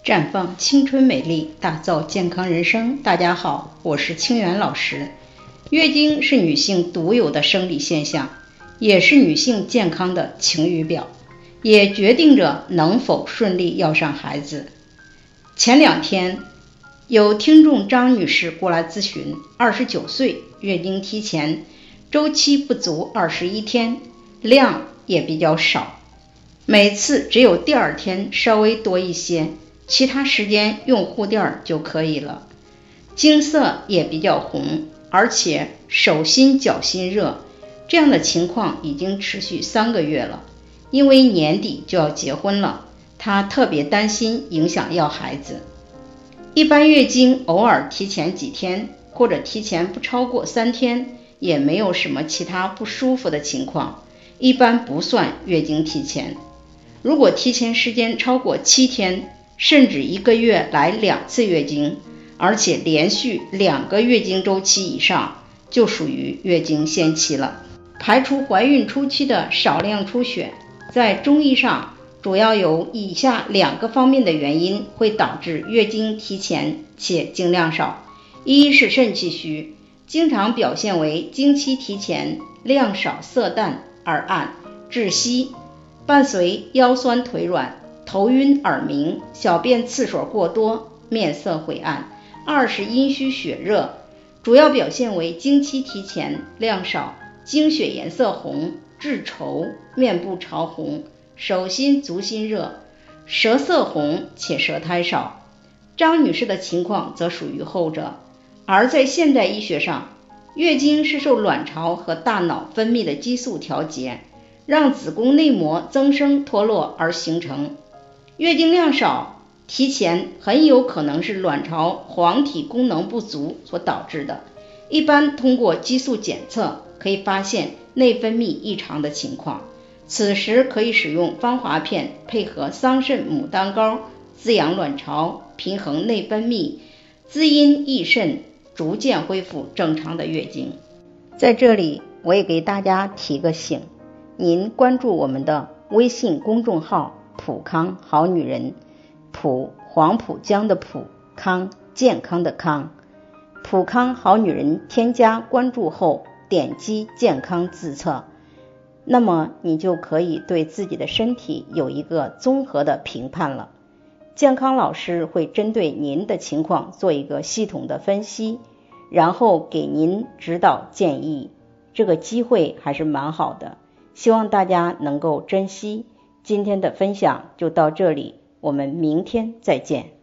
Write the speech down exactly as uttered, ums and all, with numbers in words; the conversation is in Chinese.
绽放青春美丽，打造健康人生。大家好，我是清源老师。月经是女性独有的生理现象，也是女性健康的晴雨表，也决定着能否顺利要上孩子。前两天有听众张女士过来咨询，二十九岁，月经提前，周期不足二十一天，量也比较少，每次只有第二天稍微多一些，其他时间用护垫就可以了。经色也比较红，而且手心脚心热，这样的情况已经持续三个月了。因为年底就要结婚了，她特别担心影响要孩子。一般月经偶尔提前几天，或者提前不超过三天，也没有什么其他不舒服的情况，一般不算月经提前。如果提前时间超过七天，甚至一个月来两次月经，而且连续两个月经周期以上，就属于月经先期了。排除怀孕初期的少量出血，在中医上主要有以下两个方面的原因会导致月经提前且经量少。一是肾气虚，经常表现为经期提前，量少色淡而暗窒息，伴随腰酸腿软、头晕耳鸣、小便次数过多、面色灰暗。二是阴虚血热，主要表现为经期提前，量少，经血颜色红、质稠、面部潮红、手心足心热、舌色红且舌苔少。张女士的情况则属于后者。而在现代医学上，月经是受卵巢和大脑分泌的激素调节，让子宫内膜增生脱落而形成。月经量少提前很有可能是卵巢黄体功能不足所导致的。一般通过激素检测可以发现内分泌异常的情况，此时可以使用芳华片配合桑葚牡丹膏滋养卵巢，平衡内分泌，滋阴益肾，逐渐恢复正常的月经。在这里我也给大家提个醒，您关注我们的微信公众号普康好女人，普黄浦江的普，康健康的康，普康好女人添加关注后点击健康自测，那么你就可以对自己的身体有一个综合的评判了。健康老师会针对您的情况做一个系统的分析，然后给您指导建议，这个机会还是蛮好的，希望大家能够珍惜。今天的分享就到这里，我们明天再见。